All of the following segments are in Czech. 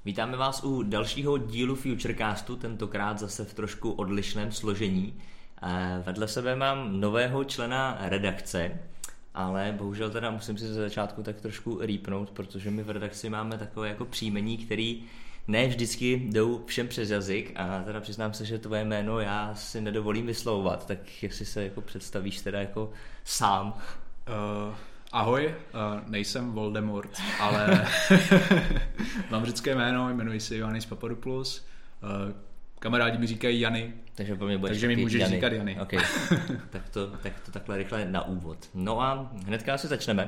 Vítáme vás u dalšího dílu Futurecastu, tentokrát zase v trošku odlišném složení. Vedle sebe mám nového člena redakce, ale bohužel teda musím si ze začátku tak trošku rýpnout, protože my v redakci máme takové jako příjmení, který ne vždycky jdou všem přes jazyk a teda přiznám se, že tvoje jméno já si nedovolím vyslovovat, tak jestli se jako představíš teda jako sám. Ahoj, nejsem Voldemort, ale mám řecké jméno, jmenuji se Ioannis Papadopoulos, kamarádi mi říkají Jany, takže mi můžeš říkat Jany. Okay. tak to takhle rychle na úvod. No a hnedka si začneme.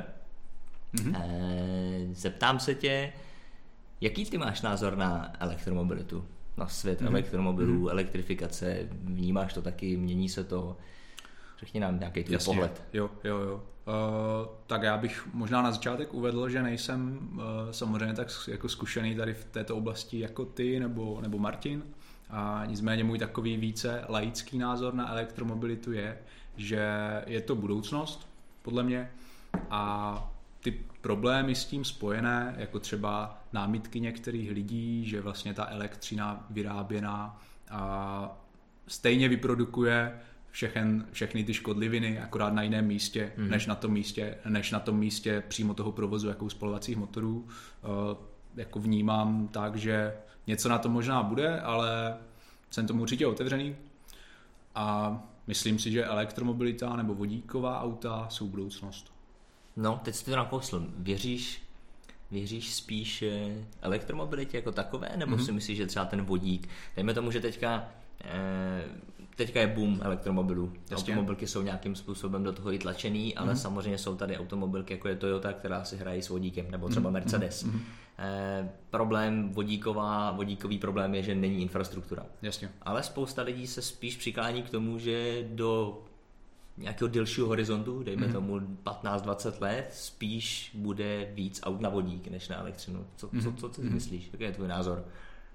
Zeptám se tě, jaký ty máš názor na elektromobilitu, na svět elektromobilů, elektrifikace, vnímáš to taky, mění se to? Řekni nám nějaký tvůj pohled. Jo. Tak já bych možná na začátek uvedl, že nejsem samozřejmě tak jako zkušený tady v této oblasti jako ty nebo Martin. A nicméně můj takový více laický názor na elektromobilitu je, že je to budoucnost, podle mě, a ty problémy s tím spojené, jako třeba námitky některých lidí, že vlastně ta elektřina vyráběná a stejně vyprodukuje všechny ty škodliviny akorát na jiném místě, než na tom místě přímo toho provozu jako u spalovacích motorů. Jako vnímám tak, že něco na to možná bude, ale jsem tomu určitě otevřený a myslím si, že elektromobilita nebo vodíková auta jsou budoucnost. No, teď si to nakousl. Věříš spíš elektromobilitě jako takové, nebo si myslíš, že třeba ten vodík, dejme tomu, že teďka je boom elektromobilů. Automobilky jsou nějakým způsobem do toho i tlačený, ale samozřejmě jsou tady automobilky, jako je Toyota, která si hrají s vodíkem, nebo třeba Mercedes. Vodíkový problém je, že není infrastruktura. Jasně. Ale spousta lidí se spíš přiklání k tomu, že do nějakého delšího horizontu, dejme tomu 15-20 let, spíš bude víc aut na vodík, než na elektřinu. Co ty myslíš? Jaký je tvůj názor?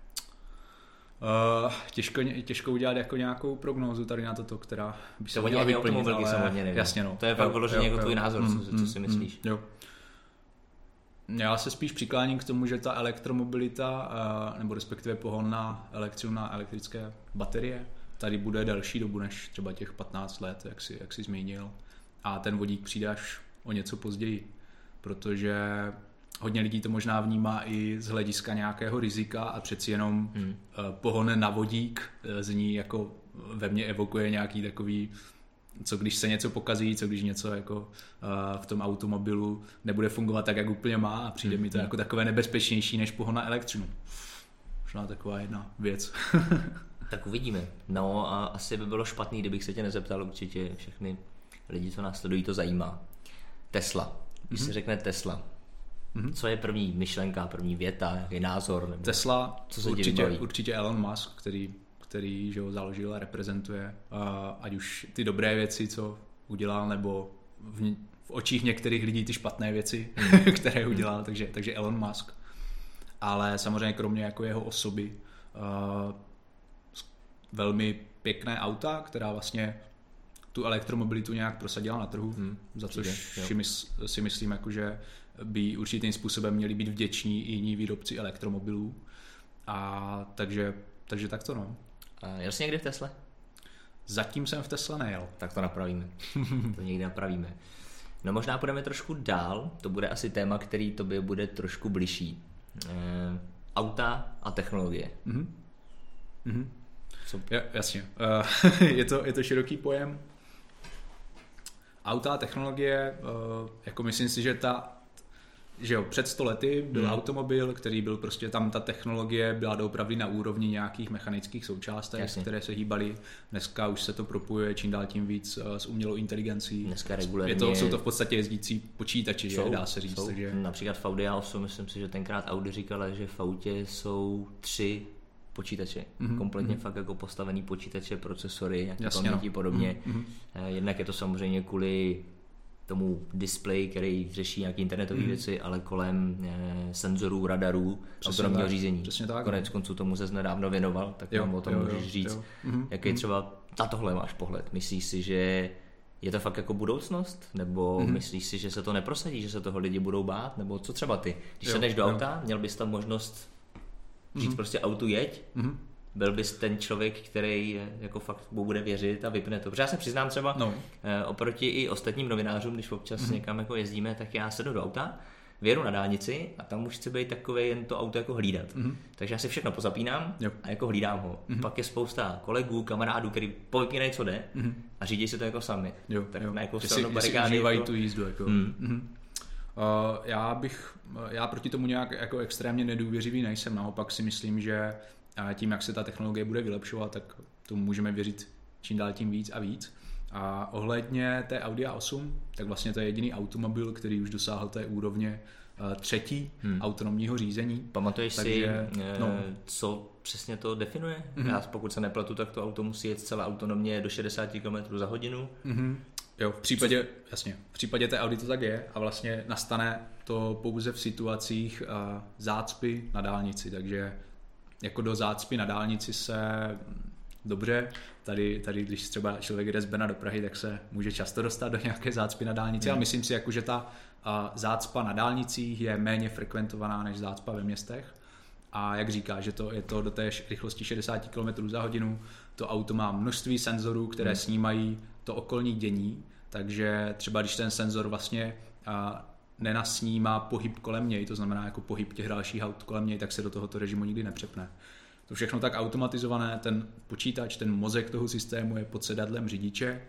Těžko udělat jako nějakou prognózu tady na toto, která by se měla vyplnit, ale samozřejmě nevím. Jasně, no. To je fakt vyloženě jako tvůj názor, co si myslíš? Jo. Já se spíš přikláním k tomu, že ta elektromobilita, nebo respektive pohon na elektřinu, na elektrické baterie, tady bude delší dobu než třeba těch 15 let, jak jsi zmínil. A ten vodík přijde až o něco později, protože hodně lidí to možná vnímá i z hlediska nějakého rizika a přeci jenom pohon na vodík zní jako ve mně evokuje nějaký takový, co když se něco pokazí, co když něco jako v tom automobilu nebude fungovat tak, jak úplně má a přijde mi to jako takové nebezpečnější než pohon na elektřinu. Možná taková jedna věc. Tak uvidíme. No a asi by bylo špatný, kdybych se tě nezeptal, určitě všechny lidi, co nás sledují, to zajímá. Tesla. Když se řekne Tesla, co je první myšlenka, první věta, jaký názor? Nebo Tesla, co se určitě Elon Musk, který že ho založil a reprezentuje, ať už ty dobré věci, co udělal, nebo v očích některých lidí ty špatné věci, které udělal, takže Elon Musk. Ale samozřejmě kromě jako jeho osoby velmi pěkné auta, která vlastně tu elektromobilitu nějak prosadila na trhu, za což si myslím, jako, že by určitým způsobem měli být vděční i jiní výrobci elektromobilů. A takže tak to no. A jel jsi někdy v Tesle? Zatím jsem v Tesle nejel. Tak to napravíme. To někdy napravíme. No možná půjdeme trošku dál, to bude asi téma, který tobě bude trošku bližší. Auta a technologie. Jasně. Je to široký pojem. Auta a technologie, jako myslím si, že před 100 lety byl automobil, který byl prostě tam, ta technologie byla doopravdy na úrovni nějakých mechanických součástek, které se hýbaly. Dneska už se to propojuje čím dál tím víc s umělou inteligencí. Dneska regulérně jsou to v podstatě jezdící počítači, dá se říct. Takže například v Audi A8, myslím si, že tenkrát Audi říkala, že v autě jsou 3 počítače. Kompletně fakt jako postavený počítače, procesory, nějaké paměti podobně. Jednak je to samozřejmě kvůli tomu displeji, který řeší nějaké internetové věci, ale kolem senzorů, radarů, autonomního řízení. Konec konců tomu se nedávno věnoval, tak nám o tom můžeš říct, jaký třeba na tohle máš pohled. Myslíš si, že je to fakt jako budoucnost? Nebo myslíš si, že se to neprosadí, že se toho lidi budou bát? Nebo co třeba ty? Když sedneš do auta, měl bys tam možnost říct prostě autu jeď, byl bys ten člověk, který jako fakt bude věřit a vypne to. Protože já se přiznám třeba oproti i ostatním novinářům, když občas někam jako jezdíme, tak já sedu do auta, vyjedu na dálnici a tam už chci být takový jen to auto jako hlídat. Takže já si všechno pozapínám a jako hlídám ho. Pak je spousta kolegů, kamarádů, který povypínají, co jde a řídí si to jako sami. Tak na jakou stranu barikády. Užívají tu jízdu. Jako. Já proti tomu nějak jako extrémně nedůvěřivý nejsem. Naopak si myslím, že tím, jak se ta technologie bude vylepšovat, tak tomu můžeme věřit čím dál tím víc a víc. A ohledně té Audi A8, tak vlastně to je jediný automobil, který už dosáhl té úrovně 3. autonomního řízení. Pamatuješ si, co přesně to definuje? Já pokud se nepletu, tak to auto musí jet zcela autonomně do 60 km za hodinu. Jo, v případě té Audi to tak je a vlastně nastane to pouze v situacích zácpy na dálnici, takže jako do zácpy na dálnici se dobře, tady když třeba člověk jde z Brna do Prahy, tak se může často dostat do nějaké zácpy na dálnici, ale myslím si, jako, že ta zácpa na dálnicích je méně frekventovaná než zácpa ve městech a jak říká, že je to do té rychlosti 60 km za hodinu, to auto má množství senzorů, které snímají to okolní dění, takže třeba když ten senzor vlastně nenasnímá pohyb kolem něj, to znamená jako pohyb těch dalších aut kolem něj, tak se do tohoto režimu nikdy nepřepne. To všechno tak automatizované, ten počítač, ten mozek toho systému je pod sedadlem řidiče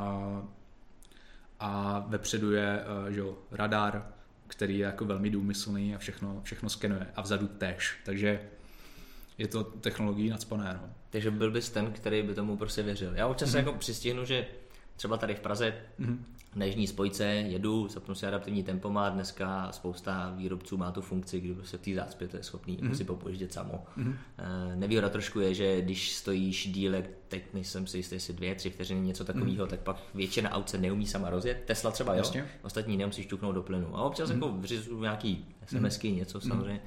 a vepředu je radar, který je jako velmi důmyslný a všechno skenuje a vzadu též, takže je to technologií nacpané. No. Takže byl bys ten, který by tomu prostě věřil. Já občas jako přistihnu, že třeba tady v Praze na jižní spojce jedu, zapnu si adaptivní tempomat, dneska spousta výrobců má tu funkci, kdy prostě v té zácpě to je schopný si popojíždět samo. Nevýhoda trošku je, že když stojíš díle, teď nejsem si jistý, jestli 2-3 vteřiny, něco takového, tak pak většina aut se neumí sama rozjet. Tesla třeba ostatní nemusíš ťuknout do plynu. A občas jako vřizu nějaký SMSky, něco samozřejmě.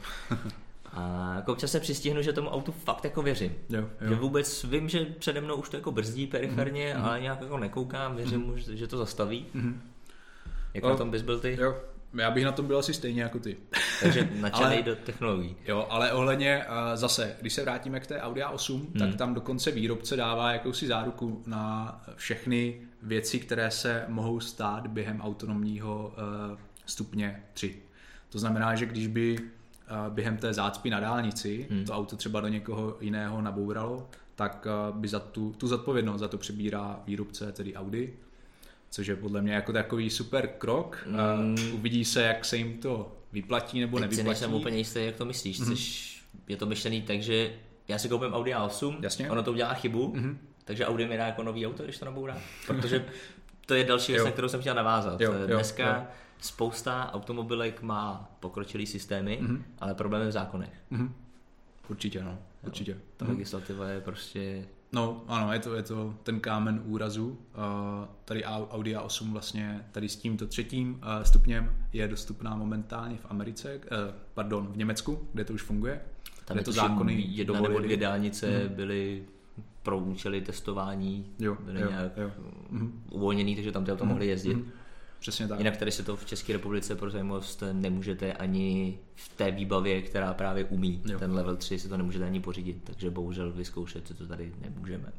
A jako občas se přistihnu, že tomu autu fakt jako věřím. Že vůbec vím, že přede mnou už to jako brzdí periferně, ale nějak jako nekoukám, věřím, že to zastaví. Jak na tom bys byl ty? Jo. Já bych na tom byl asi stejně jako ty. Takže nadšenej do technologií. Jo, ale ohledně zase, když se vrátíme k té Audi A8, tak tam dokonce výrobce dává jakousi záruku na všechny věci, které se mohou stát během autonomního stupně 3. To znamená, že když by během té zácpy na dálnici to auto třeba do někoho jiného nabouralo, tak by za tu zodpovědnost za to přebírá výrobce, tedy Audi, což je podle mě jako takový super krok. Uvidí se, jak se jim to vyplatí nebo nevyplatí. Teď si nejsem úplně jistý, jak to myslíš. Je to myšlený tak, že já si koupím Audi A8, jasně. Ono to udělá chybu, takže Audi mi dá jako nový auto, když to nabourá. Protože to je další věc, na kterou jsem chtěl navázat. Dneska spousta automobilek má pokročilý systémy, ale problém je v zákonech. Určitě. Ta legislativa je prostě... No, ano, je to ten kámen úrazu. Tady Audi A8 vlastně tady s tímto 3. stupněm je dostupná momentálně v Americe, v Německu, kde to už funguje. Tam je to zákony, 1 nebo 2 dálnice byly pro účely testování, byly nějak uvolněný, takže tam ty auto mohly jezdit. Přesně tak. Jinak tady se to v České republice pro zajímavost nemůžete ani v té výbavě, která právě umí ten level 3, si to nemůžete ani pořídit, takže bohužel vyzkoušet si to tady nemůžeme.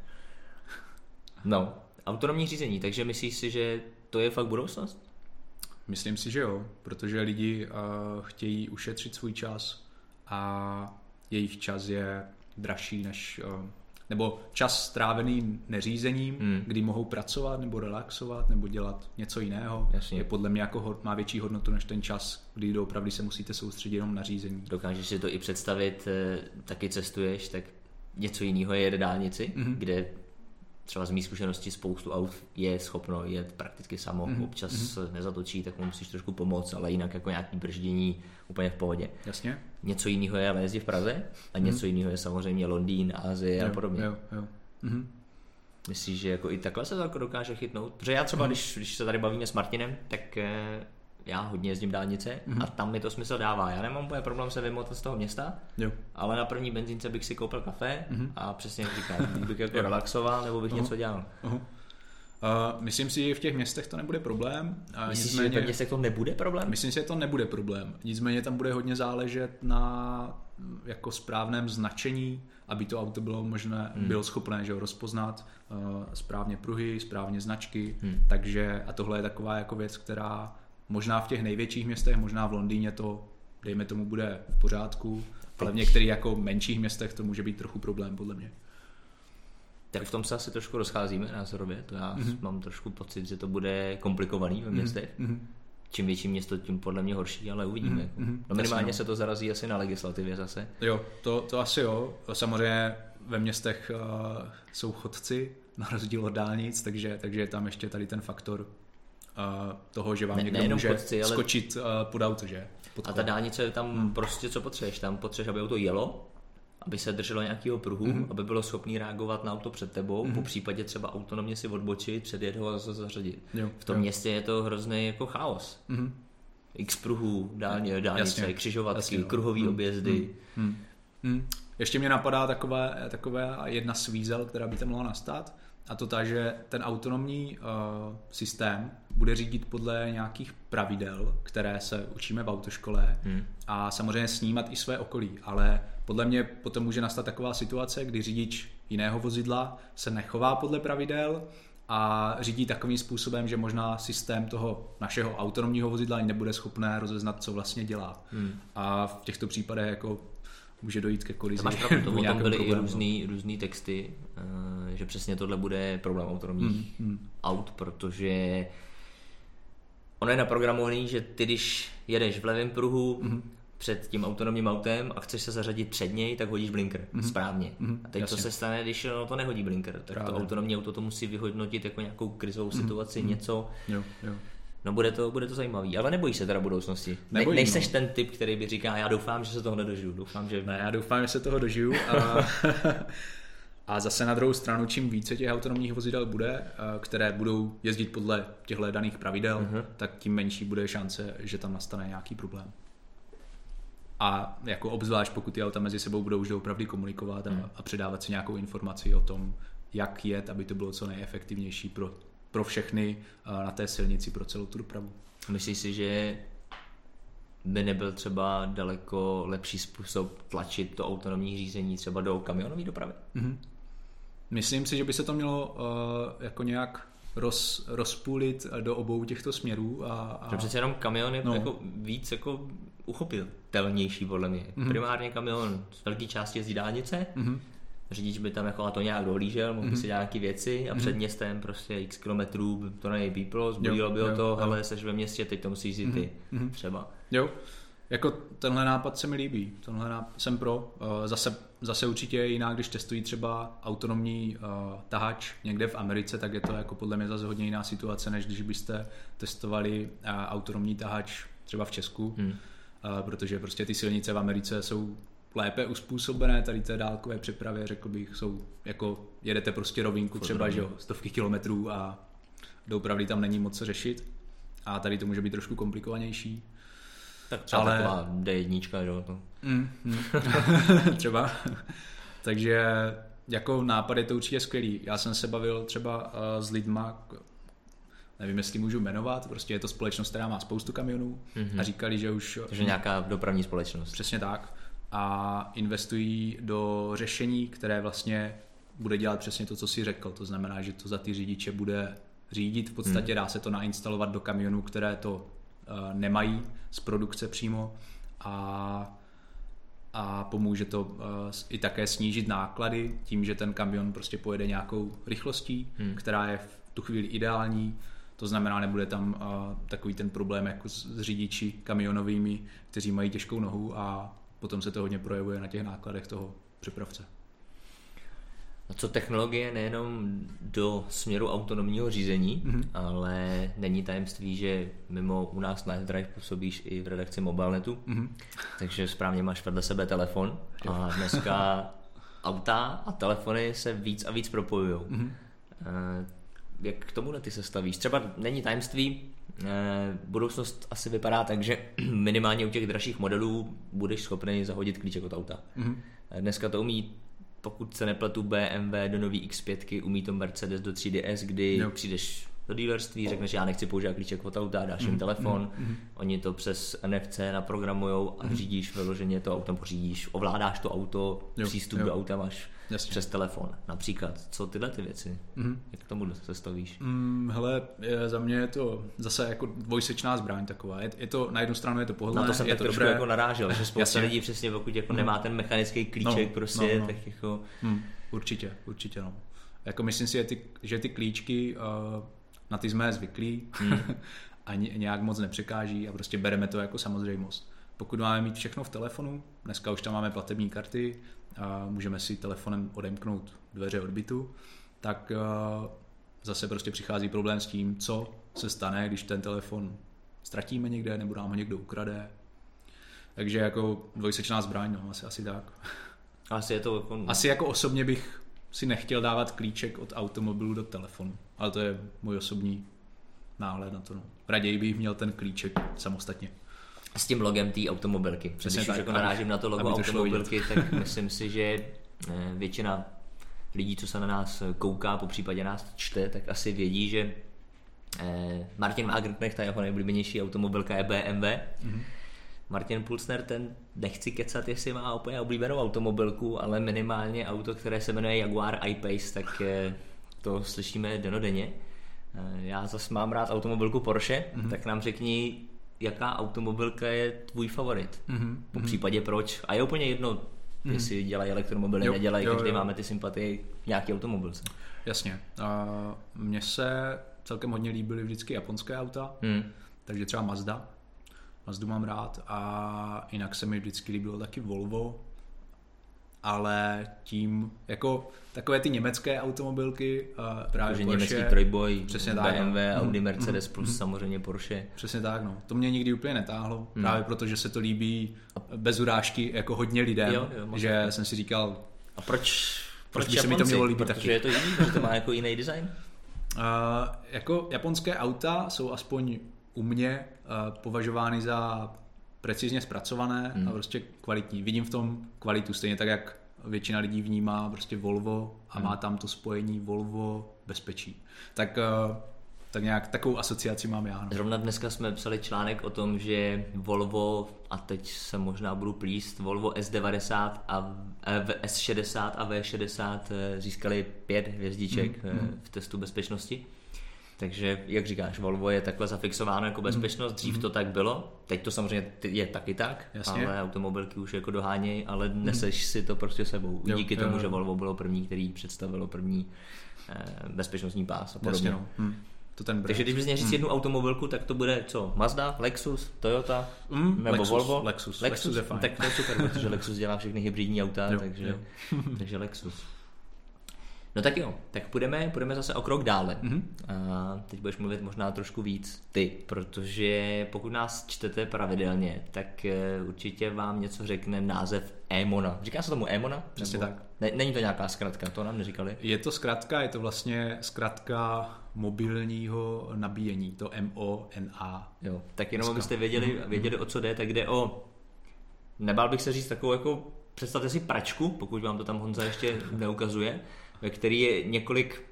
No, autonomní řízení, takže myslíš si, že to je fakt budoucnost? Myslím si, že jo, protože lidi chtějí ušetřit svůj čas a jejich čas je dražší než... nebo čas strávený neřízením, kdy mohou pracovat nebo relaxovat nebo dělat něco jiného. Jasně. Je podle mě jako má větší hodnotu než ten čas, kdy doopravdy se musíte soustředit jenom na řízení. Dokážeš si to i představit, taky cestuješ, tak něco jiného je dálnici, kde třeba z mých zkušeností spoustu aut je schopno jet prakticky samo, občas nezatočí, tak mu musíš trošku pomoct, ale jinak jako nějaký brždění úplně v pohodě. Jasně. Něco jiného je ale jezdit v Praze a něco jiného je samozřejmě Londýn, Asie a podobně. Jo. Myslíš, že jako i takhle se to dokáže chytnout? Protože já třeba, když se tady bavíme s Martinem, tak já hodně jezdím dálnice a tam mi to smysl dává. Já nemám úplně problém se vymotat z toho města, ale na první benzínce bych si koupil kafe a přesně jak říkám, bych jako relaxoval nebo bych něco dělal. Myslím si, že v těch městech to nebude problém. Myslíš, že v městech to nebude problém? Myslím si, že to nebude problém. Nicméně tam bude hodně záležet na jako správném značení, aby to auto bylo možné, bylo schopné, že ho rozpoznat, správně pruhy, správně značky. Takže a tohle je taková jako věc, která možná v těch největších městech, možná v Londýně to, dejme tomu, bude v pořádku, ale v některých jako menších městech to může být trochu problém, podle mě. Tak v tom se asi trošku rozcházíme názorově, to já mám trošku pocit, že to bude komplikovaný ve městech. Čím větší město, tím podle mě horší, ale uvidíme. No minimálně se to zarazí asi na legislativě zase. Jo, to asi jo. Samozřejmě ve městech jsou chodci, na rozdíl od dálnic, takže je tam ještě tady ten faktor toho, že vám někdo může chodci, skočit pod auto, že? A ta dálnice tam prostě co potřebuješ? Tam potřebuješ, aby auto jelo, aby se drželo nějakého pruhu, aby bylo schopný reagovat na auto před tebou, po případě třeba autonomně si odbočit, předjet ho a zařadit. V tom městě je to hrozný jako chaos. X pruhů, dálnice, křižovatky, kruhový objezdy. Ještě mě napadá taková jedna svízel, která by tam mohla nastat, a to ta, že ten autonomní systém bude řídit podle nějakých pravidel, které se učíme v autoškole a samozřejmě snímat i své okolí, ale podle mě potom může nastat taková situace, kdy řidič jiného vozidla se nechová podle pravidel a řídí takovým způsobem, že možná systém toho našeho autonomního vozidla nebude schopné rozeznat, co vlastně dělá. A v těchto případech jako může dojít ke kolizi. Máš pravdu, o tom byly i různý texty, že přesně tohle bude problém autonomních aut, protože ono je naprogramovaný, že ty, když jedeš v levém pruhu před tím autonomním autem a chceš se zařadit před něj, tak hodíš blinker správně. A teď co se stane, když to nehodí blinker? Tak to autonomní auto to musí vyhodnotit jako nějakou krizovou situaci, něco. Jo. No bude to zajímavý, ale nebojíš se teda budoucnosti. Nejseš ten typ, který by říká, já doufám, že se toho nedožiju. Já doufám, že se toho dožiju. A zase na druhou stranu, čím více těch autonomních vozidel bude, které budou jezdit podle těchto daných pravidel, tak tím menší bude šance, že tam nastane nějaký problém. A jako obzvlášť, pokud ty auta mezi sebou budou už opravdu komunikovat a předávat si nějakou informaci o tom, jak jet, aby to bylo co nejefektivnější pro všechny na té silnici, pro celou tu dopravu. Myslíš si, že by nebyl třeba daleko lepší způsob tlačit to autonomní řízení třeba do kamionové dopravy? Myslím si, že by se to mělo jako nějak rozpůlit do obou těchto směrů. Že přece jenom kamion je jako víc jako uchopitelnější podle mě. Primárně kamion z velké části jezdí dálnice, řidič by tam jako na to nějak dohlížel, mohl by si dělat nějaké věci a před městem prostě x kilometrů to nejde pro, zbudilo by ho to, hele, seš ve městě, teď to musíš jít ty třeba. Jo, jako tenhle nápad se mi líbí, jsem pro. Zase určitě je jiná, když testují třeba autonomní tahač někde v Americe, tak je to jako podle mě zase hodně jiná situace, než když byste testovali autonomní tahač třeba v Česku, protože prostě ty silnice v Americe jsou lépe uspůsobené tady té dálkové přepravě, řekl bych, jsou jako jedete prostě rovinku třeba, že jo, stovky kilometrů a doopravdy tam není moc co řešit a tady to může být trošku komplikovanější. Tak třeba taková D1, jo. Třeba. Takže jako nápad je to určitě skvělý. Já jsem se bavil třeba s lidma, nevím, jestli můžu jmenovat, prostě je to společnost, která má spoustu kamionů a říkali, že už... Takže nějaká dopravní společnost. Přesně tak. A investují do řešení, které vlastně bude dělat přesně to, co jsi řekl. To znamená, že to za ty řidiče bude řídit. V podstatě dá se to nainstalovat do kamionů, které to nemají z produkce přímo a pomůže to i také snížit náklady tím, že ten kamion prostě pojede nějakou rychlostí, která je v tu chvíli ideální. To znamená, nebude tam takový ten problém jako s řidiči kamionovými, kteří mají těžkou nohu a potom se to hodně projevuje na těch nákladech toho přepravce. A co technologie nejenom do směru autonomního řízení, ale není tajemství, že mimo u nás na Drive působíš i v redakci Mobilnetu, takže správně máš vedle sebe telefon a dneska auta a telefony se víc a víc propojujou. Jak k tomu ty se stavíš? Třeba není tajemství, budoucnost asi vypadá tak, že minimálně u těch dražších modelů budeš schopný zahodit klíček od auta. Dneska to umí pokud se nepletu BMW do nový X5, umí to Mercedes do 3DS, kdy přijdeš do dealerství, řekneš, já nechci používat klíček od auta, dáš jim telefon, oni to přes NFC naprogramujou a řídíš vyloženě to autem, pořídíš, ovládáš to auto, přístup do auta máš přes telefon. Například, co tyhle ty věci? Jak k tomu se stavíš? Hele, za mě je to zase jako dvojsečná zbraň taková. Je to, na jednu stranu je to pohodlné, na to jsem je tak to trošku dobré. Jako narážel, že spousta lidí přesně, pokud jako nemá ten mechanický klíček, tak jako... Určitě no. Jako myslím si, že ty klíčky na ty jsme zvyklí a nějak moc nepřekáží a prostě bereme to jako samozřejmost. Pokud máme mít všechno v telefonu, dneska už tam máme platební karty a můžeme si telefonem odemknout dveře od bytu, tak zase prostě přichází problém s tím, co se stane, když ten telefon ztratíme někde nebo nám ho někdo ukrade. Takže jako dvojsečná zbraň, no, asi tak. Asi jako osobně bych si nechtěl dávat klíček od automobilu do telefonu, ale to je můj osobní náhled na to. No. Raději bych měl ten klíček samostatně. S tím logem té automobilky. Přesně tak, jako narážím na to logo automobilky, tak myslím si, že většina lidí, co se na nás kouká, po případě nás čte, tak asi vědí, že Martin Wagenknecht, ta jeho nejoblíbenější automobilka je BMW. Martin Pulsner, ten nechci kecat, jestli má úplně oblíbenou automobilku, ale minimálně auto, které se jmenuje Jaguar I-Pace, tak to slyšíme denodenně. Já zase mám rád automobilku Porsche, tak nám řekni, jaká automobilka je tvůj favorit. Po případě proč. A je úplně jedno, jestli dělají elektromobily, nedělají, každý máme ty sympatie k nějaký automobilce. Jasně. Mně se celkem hodně líbily vždycky japonské auta, takže třeba Mazdu mám rád a jinak se mi vždycky líbilo taky Volvo, ale tím jako takové ty německé automobilky, právě takže Porsche, německý trojboj, přesně BMW, tak, Audi, Mercedes plus samozřejmě Porsche. Přesně tak, no. To mě nikdy úplně netáhlo, právě protože se to líbí bez urážky jako hodně lidem, že jsem si říkal, a proč by se mi to mělo líbit taky? Protože je to jiný, protože to má jako jiný design? Jako japonské auta jsou aspoň u mě považovány za precizně zpracované a prostě kvalitní. Vidím v tom kvalitu, stejně tak, jak většina lidí vnímá prostě Volvo a má tam to spojení Volvo bezpečí. Tak nějak takovou asociaci mám já. No. Zrovna dneska jsme psali článek o tom, že Volvo, a teď se možná budu plíst, Volvo S90 a S60 a V60 získali 5 hvězdiček v testu bezpečnosti. Takže, jak říkáš, Volvo je takhle zafixováno jako bezpečnost, dřív to tak bylo, teď to samozřejmě je taky tak, jasně. Ale automobilky už jako dohánějí, ale neseš si to prostě sebou. Díky tomu, že Volvo bylo první, který představilo první bezpečnostní pás a podobně. Jasně, no. Takže když bys měl říct jednu automobilku, tak to bude co? Mazda, Lexus, Toyota nebo Lexus, Volvo? Lexus je fajn. Tak to je super, protože Lexus dělá všechny hybridní auta, takže Lexus. No tak jo, tak půjdeme zase o krok dále. A teď budeš mluvit možná trošku víc ty, protože pokud nás čtete pravidelně, tak určitě vám něco řekne název e-mona. Říká se tomu e-mona? Přesně tak. Není to nějaká zkratka, to nám neříkali? Je to zkratka, je to vlastně zkratka mobilního nabíjení, to MONA. Jo, tak jenom abyste věděli, o co jde, tak jde o, nebál bych se říct takovou jako, představte si pračku, pokud vám to tam Honza ještě neukazuje, ve který je několik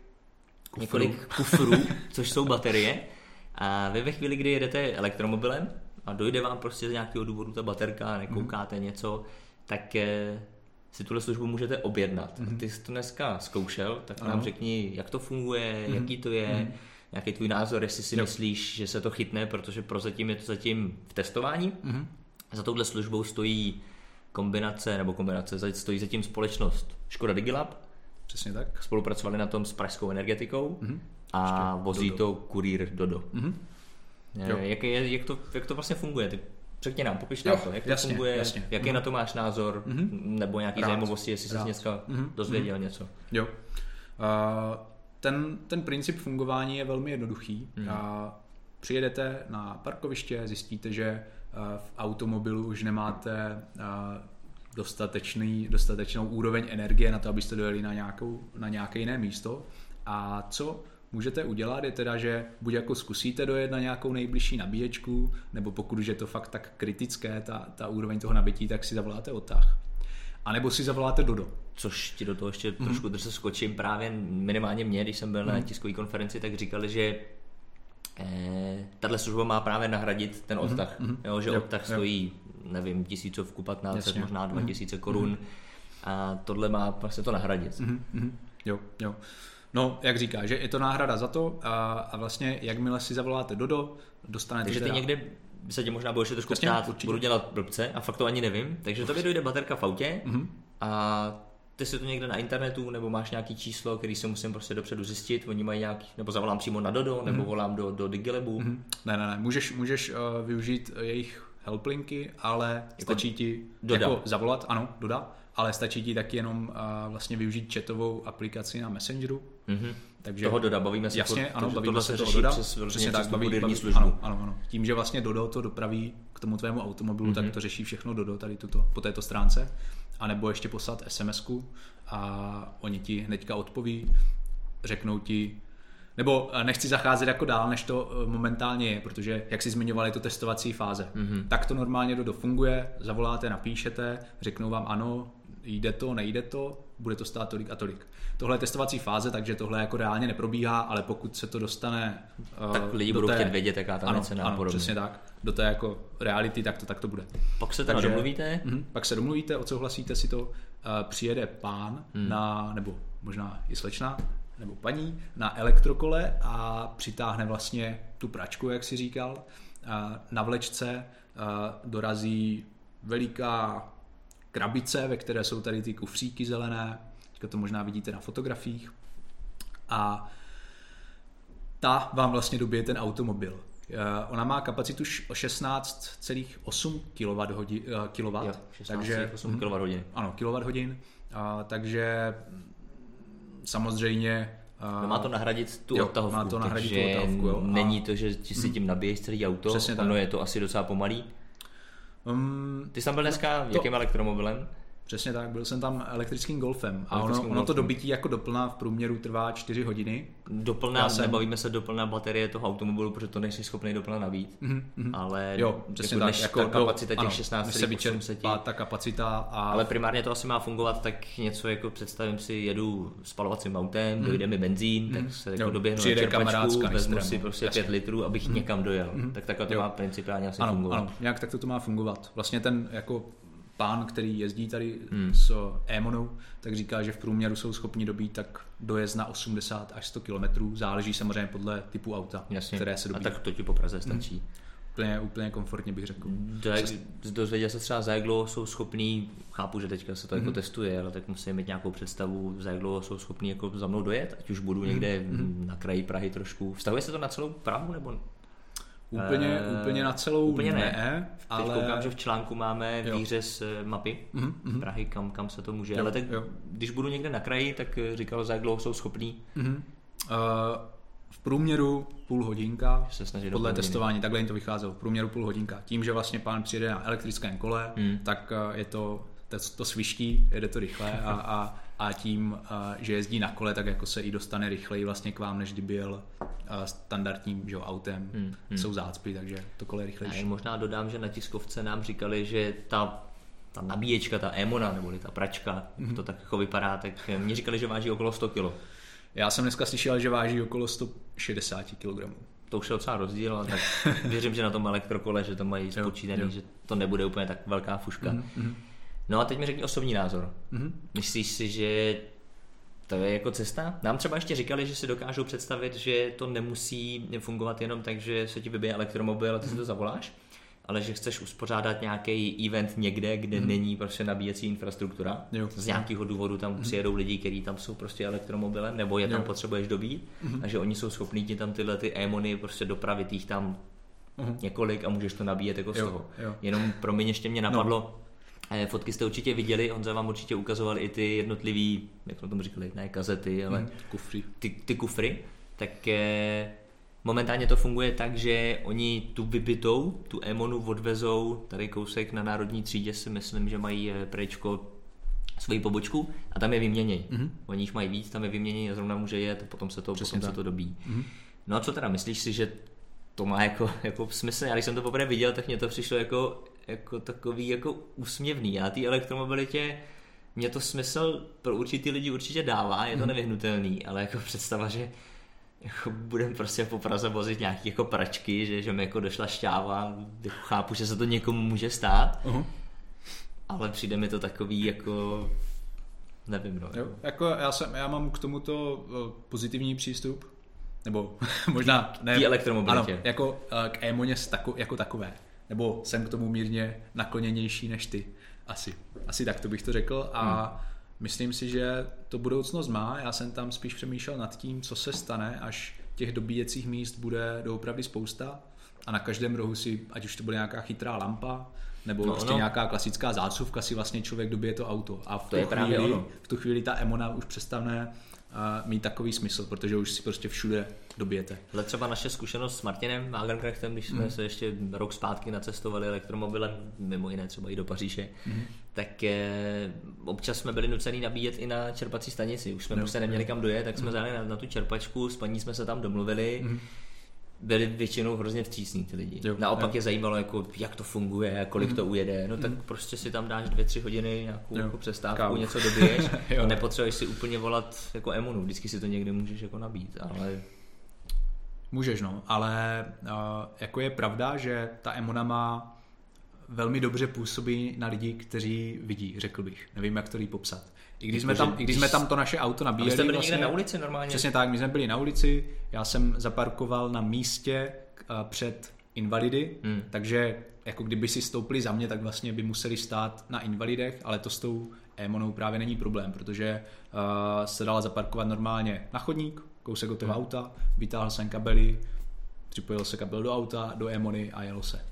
kufrů, což jsou baterie. A vy ve chvíli, kdy jedete elektromobilem a dojde vám prostě z nějakého důvodu ta baterka, nekoukáte něco, tak si tuhle službu můžete objednat. Ty jsi to dneska zkoušel, tak nám řekni, jak to funguje, jaký to je, nějaký tvůj názor, jestli si myslíš, že se to chytne, protože prozatím je to zatím v testování. Za touhle službou stojí kombinace, stojí zatím společnost Škoda Digilab. Přesně tak. Spolupracovali na tom s pražskou energetikou a vozí to kurýr Dodo. Jak to vlastně funguje? Ty řekni nám, popiš nám to, jak to funguje, jaký na to máš názor, nebo nějaký zajímavosti, jestli jsi dneska dozvěděl něco. Jo. Ten princip fungování je velmi jednoduchý. Přijedete na parkoviště, zjistíte, že v automobilu už nemáte dostatečnou úroveň energie na to, abyste dojeli na nějaké jiné místo. A co můžete udělat je teda, že buď jako zkusíte dojet na nějakou nejbližší nabíječku, nebo pokud už je to fakt tak kritické, ta úroveň toho nabití, tak si zavoláte odtah. A nebo si zavoláte Dodo. Což ti do toho ještě trošku se skočím, právě minimálně mě, když jsem byl na tiskové konferenci, tak říkali, že tahle služba má právě nahradit ten odtah. Jo, že odtah stojí, nevím, 1500, možná 2000 korun a tohle má vlastně to nahradit. Jo. No, jak říká, že je to náhrada za to a vlastně jakmile si zavoláte Dodo, dostanete... Takže ty někde se tě možná budeš trošku ptát, budu dělat blbce a fakt to ani nevím, takže tobě dojde baterka v autě a ty si to někde na internetu, nebo máš nějaký číslo, který si musím prostě dopředu zjistit, oni mají nějaký, nebo zavolám přímo na Dodo, nebo volám do Digilabu. Ne, můžeš využít jejich helplinky, ale stačí ti jako zavolat, ano, Doda, ale stačí ti taky jenom vlastně využít chatovou aplikaci na Messengeru. Takže toho Doda, bavíme se. Jasně, ano, bavíme se toho Doda. Přesně tak, baví službu. Ano. Tím, že vlastně Dodo to dopraví k tomu tvému automobilu, tak to řeší všechno Dodo tady po této stránce. A nebo ještě poslat SMS-ku a oni ti hnedka odpoví, řeknou ti, nebo nechci zacházet jako dál, než to momentálně je, protože jak si zmiňovali, to testovací fáze. Tak to normálně Dodo funguje, zavoláte, napíšete, řeknou vám ano, jde to, nejde to, bude to stát tolik a tolik. Tohle je testovací fáze, takže tohle jako reálně neprobíhá, ale pokud se to dostane tak lidi budou chtět vědět, jaká tam je cena. Ano, přesně tak. Do té jako reality, tak to bude. Pak se teda domluvíte? Pak se domluvíte, odsouhlasíte si to, přijede pán nebo možná i slečna, nebo paní na elektrokole a přitáhne vlastně tu pračku, jak si říkal. Na vlečce dorazí veliká krabice, ve které jsou tady ty kufříky zelené, to možná vidíte na fotografiích, a ta vám vlastně dobije ten automobil. Ona má kapacitu 16,8 kW, takže 8 kWh. Ano, kWh. Takže samozřejmě má to nahradit tu odtahovku. Má to nahradit tu odtahovku, jo. Není to, že ti si tím nabiješ celý auto, ono je to asi docela pomalý. Ty jsi tam byl dneska jakým elektromobilem? Přesně tak, byl jsem tam elektrickým Golfem a ono to dobytí jako doplná v průměru trvá 4 hodiny. Doplná, nebavíme se doplná baterie toho automobilu, protože to nejsi schopný doplná nabít, ale jo, přesně jako tak, jako ta kapacita těch 16,8 ta kapacita ale primárně to asi má fungovat tak něco jako představím si, jedu spalovacím autem, dojde mi benzín, tak se jako doběhnu na čerpačku, vezmu si prostě 5 litrů, abych někam dojel. Tak takhle to má principiálně asi fungovat. Ano, nějak tak to má fungovat. Vlastně ten jako pán, který jezdí tady s Emonou, tak říká, že v průměru jsou schopni dobít tak dojezd na 80 až 100 km, záleží samozřejmě podle typu auta, které se dobí. A tak to ti po Praze stačí. Úplně komfortně bych řekl. Dozvěděl se třeba Zaeglo jsou schopní, chápu, že teďka se to jako testuje, ale tak musím mít nějakou představu, Zaeglo jsou schopní jako za mnou dojet, ať už budu někde na kraji Prahy trošku. Vztahuje se to na celou Prahu nebo? Úplně na celou úplně ne, ale... Teď koukám, že v článku máme výřez mapy Prahy, kam se to může, ale tak když budu někde na kraji, tak říkal, za jak dlouho jsou schopní? V průměru půl hodinka, podle testování, takhle jim to vycházelo, v průměru půl hodinka. Tím, že vlastně pán přijede na elektrickém kole, tak je to sviští, jede to rychle a tím, že jezdí na kole, tak jako se i dostane rychleji vlastně k vám, než kdyby jel standardním autem. Jsou zácpy, takže to kole je rychlejší. Já možná dodám, že na tiskovce nám říkali, že ta nabíječka, ta Emona, nebo ta pračka, to tak jako vypadá, tak mě říkali, že váží okolo 100 kg. Já jsem dneska slyšel, že váží okolo 160 kg. To už je docela rozdíl, ale tak věřím, že na tom elektrokole, že to mají spočítaný, že to nebude úplně tak velká fuška. No a teď mi řekni osobní názor. Myslíš si, že to je jako cesta? Nám třeba ještě říkali, že si dokážou představit, že to nemusí fungovat jenom tak, že se ti vybije elektromobil a ty si to zavoláš, ale že chceš uspořádat nějaký event někde, kde není prostě nabíjecí infrastruktura. Z nějakého důvodu tam přijedou lidi, kteří tam jsou prostě elektromobilem, nebo je tam potřebuješ dobít, a že oni jsou schopní ti tam tyhle ty Emony prostě dopravit jich tam několik a můžeš to nabíjet jako z toho. Jenom pro mě ještě mě napadlo, fotky jste určitě viděli, Honza vám určitě ukazoval i ty jednotlivý, jak jsme tomu říkali, ne kazety, ale ty kufry, tak momentálně to funguje tak, že oni tu vybitou, tu Emonu odvezou tady kousek na Národní třídě, si myslím, že mají prečko svoji pobočku a tam je vyměnějí. Oni jich mají víc, tam je vyměnějí a zrovna může jet a potom se to dobí. No a co teda, myslíš si, že to má jako smysl? Já když jsem to poprvé viděl, tak mě to přišlo jako takový jako úsměvný. Já té elektromobilitě mě to smysl pro určitý lidi určitě dává, je to nevyhnutelný, ale jako představa, že jako budeme prostě po Praze vozit nějaký jako pračky, že mi jako došla šťáva, jako chápu, že se to někomu může stát, ale přijde mi to takový jako, nevím, no. Jo, jako já mám k tomuto pozitivní přístup, nebo možná ne. K elektromobilitě. Ano, jako k e-moně jako takové, nebo jsem k tomu mírně nakloněnější než ty, asi tak to bych to řekl a myslím si, že to budoucnost má, já jsem tam spíš přemýšlel nad tím, co se stane, až těch dobíjecích míst bude doopravdy spousta a na každém rohu si, ať už to bude nějaká chytrá lampa, nebo prostě nějaká klasická zásuvka, si vlastně člověk dobije to auto a v tu chvíli ta e-mona už přestane mít takový smysl, protože už si prostě všude dobijete. Ale třeba naše zkušenost s Martinem Wagenkrachtem, když jsme se ještě rok zpátky nacestovali elektromobilem, mimo jiné třeba i do Paříže, tak občas jsme byli nuceni nabíjet i na čerpací stanici. Už jsme prostě neměli kam dojet, tak jsme zajeli na tu čerpačku, s paní jsme se tam domluvili. Byli většinou hrozně vstřícní ty lidi. Naopak je zajímalo, jako, jak to funguje, kolik to ujede. No tak prostě si tam dáš 2-3 hodiny nějakou jako přestávku, něco dobiješ a nepotřebuješ si úplně volat jako e-monu. Vždycky si to někde můžeš jako nabít, ale... Můžeš, no, ale jako je pravda, že ta e-mona má velmi dobře působí na lidi, kteří vidí, řekl bych. Nevím, jak to líp popsat. I když jsme tam to naše auto nabíjeli. A jste byli vlastně, někde na ulici normálně? Přesně tak, my jsme byli na ulici, já jsem zaparkoval na místě před Invalidy, takže jako kdyby si stoupili za mě, tak vlastně by museli stát na Invalidech, ale to s tou e-monou právě není problém, protože se dala zaparkovat normálně na chodník, kousek od toho auta, vytáhl jsem kabely, připojil se kabel do auta, do e-mony a jelo se.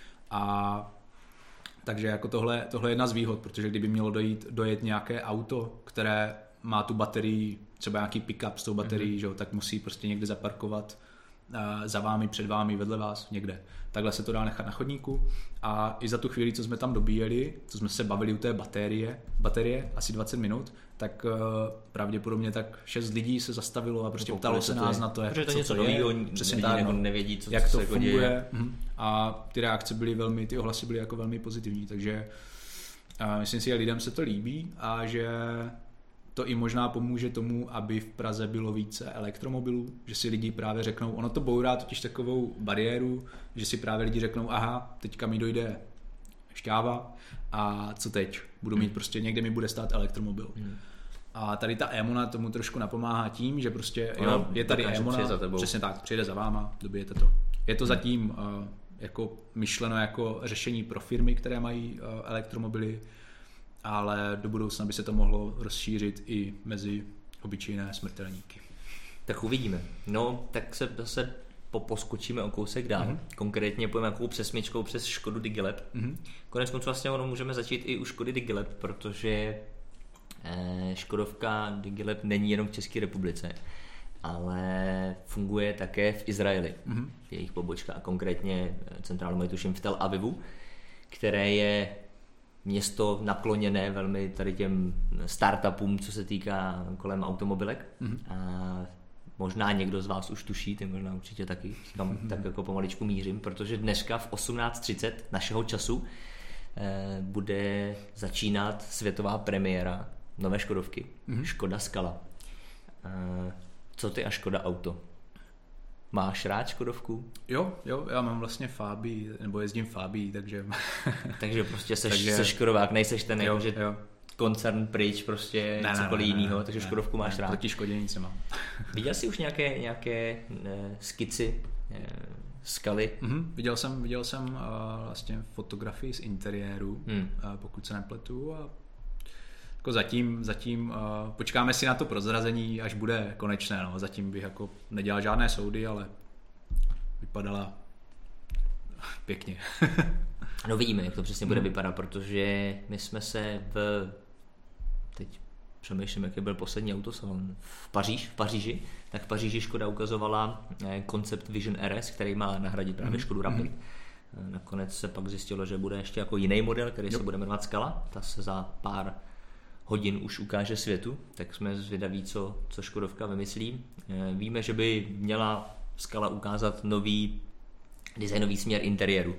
A takže jako tohle je jedna z výhod, protože kdyby mělo dojet nějaké auto, které má tu baterii, třeba nějaký pick-up s tou baterií, že jo, tak musí prostě někde zaparkovat za vámi, před vámi, vedle vás, někde. Takhle se to dá nechat na chodníku a i za tu chvíli, co jsme tam dobíjeli, co jsme se bavili u té baterie asi 20 minut, tak pravděpodobně tak 6 lidí se zastavilo a prostě ptalo se nás na to, protože to něco nového, přesně tak, jako nevědí, co jak to se funguje. A ty reakce byly ty ohlasy byly jako velmi pozitivní, takže myslím si, že lidem se to líbí a že to i možná pomůže tomu, aby v Praze bylo více elektromobilů, že si lidi právě řeknou, ono to bourá totiž takovou bariéru, že si právě lidi řeknou, aha, teďka mi dojde šťáva a co teď? Budu mít prostě, někde mi bude stát elektromobil. A tady ta e-mona tomu trošku napomáhá tím, že prostě je tady e-mona, přesně tak, přijede za váma, dobijete to. Je to zatím jako myšleno jako řešení pro firmy, které mají elektromobily, ale do budoucna by se to mohlo rozšířit i mezi obyčejné smrtelníky. Tak uvidíme. No, tak se zase poskočíme o kousek dál. Konkrétně půjdeme nějakou přesměčkou přes Škodu Digilab. Konec konců vlastně můžeme začít i u Škody Digilab, protože Škodovka Digilab není jenom v České republice, ale funguje také v Izraeli. Jejich pobočka a konkrétně centrálu mají tuším v Tel Avivu, které je město nakloněné velmi tady těm startupům, co se týká kolem automobilek. A možná někdo z vás už tuší, ty možná určitě taky, tam tak jako pomaličku mířím, protože dneska v 18:30 našeho času bude začínat světová premiéra nové Škodovky. Škoda Scala. Co ty a Škoda Auto? Máš rád Škodovku? Jo, já mám vlastně Fabii, nebo jezdím Fabii, takže... takže prostě seš Škodovák, nejseš ten jako, že koncern pryč, prostě cokoliv jinýho, takže Škodovku máš rád. Proti Škodě nic nemám. Viděl jsi už nějaké skici Scaly? Viděl jsem vlastně fotografii z interiéru, pokud se nepletu, a jako zatím počkáme si na to prozrazení, až bude konečné. No. Zatím bych jako nedělal žádné soudy, ale vypadala pěkně. No vidíme, jak to přesně bude vypadat, protože my jsme se teď přemýšlím, jaký byl poslední autosalon, v Paříži, tak v Paříži Škoda ukazovala koncept Vision RS, který má nahradit právě Škodu Rapid. Nakonec se pak zjistilo, že bude ještě jako jiný model, který se bude jmenovat Scala, ta se za pár hodin už ukáže světu, tak jsme zvědaví, co Škodovka vymyslí. Víme, že by měla Scala ukázat nový designový směr interiéru.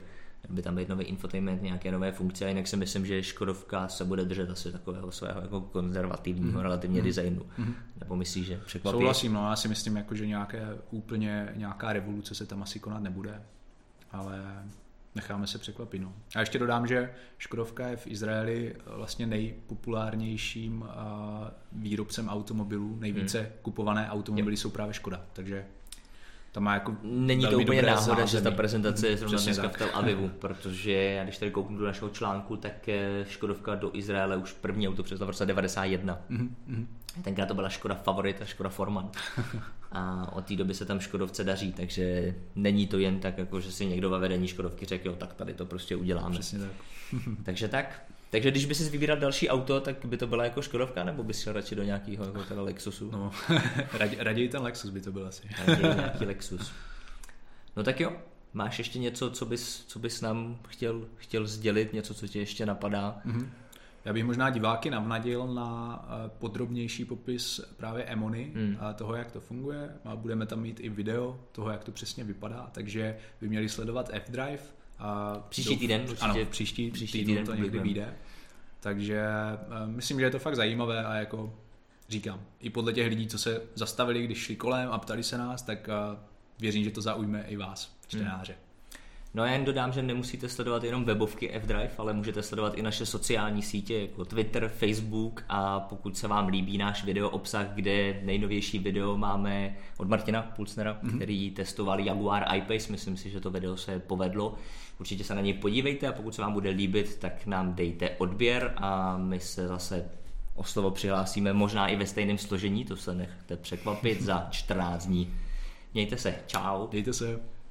by tam být nový infotainment, nějaké nové funkce, a jinak si myslím, že Škodovka se bude držet asi takového svého jako konzervativního relativně designu. Nebo myslíš, že překvapí? Souhlasím, no, já si myslím, jako, že nějaká revoluce se tam asi konat nebude, ale necháme se překvapit. No. A ještě dodám, že Škodovka je v Izraeli vlastně nejpopulárnějším výrobcem automobilů, nejvíce kupované automobily jsou právě Škoda, takže tam má jako není to úplně náhoda, že ta prezentace je zrovna dneska v Tel Avivu, protože já když tady kouknu do našeho článku, tak Škodovka do Izraele už první auto přivezla v roce 91. Tenkrát to byla Škoda Favorit a Škoda Forman. A od té doby se tam Škodovce daří, takže není to jen tak, jako že si někdo ve vedení Škodovky řekl, jo, tak tady to prostě uděláme. Přesně tak. Takže tak. Takže když by si vybíral další auto, tak by to byla jako Škodovka, nebo bys šel radši do nějakého jako teda Lexusu? No, raději ten Lexus by to byl asi. Raději nějaký Lexus. No tak jo, máš ještě něco, co bys nám chtěl sdělit, něco, co ti ještě napadá? Já bych možná diváky navnadil na podrobnější popis právě Emony a toho, jak to funguje. A budeme tam mít i video toho, jak to přesně vypadá, takže by měli sledovat F-Drive. Příští týden? Ano, příští týden to někdy vyjde. Takže myslím, že je to fakt zajímavé a jako říkám, i podle těch lidí, co se zastavili, když šli kolem a ptali se nás, tak věřím, že to zaujme i vás, čtenáře. No já jen dodám, že nemusíte sledovat jenom webovky F-Drive, ale můžete sledovat i naše sociální sítě jako Twitter, Facebook, a pokud se vám líbí náš video obsah, kde nejnovější video máme od Martina Pulsnera, který testoval Jaguar I-Pace, myslím si, že to video se povedlo. Určitě se na něj podívejte, a pokud se vám bude líbit, tak nám dejte odběr a my se zase o slovo přihlásíme, možná i ve stejném složení, to se nechte překvapit, za 14 dní. Mějte se, čau. Mějte se.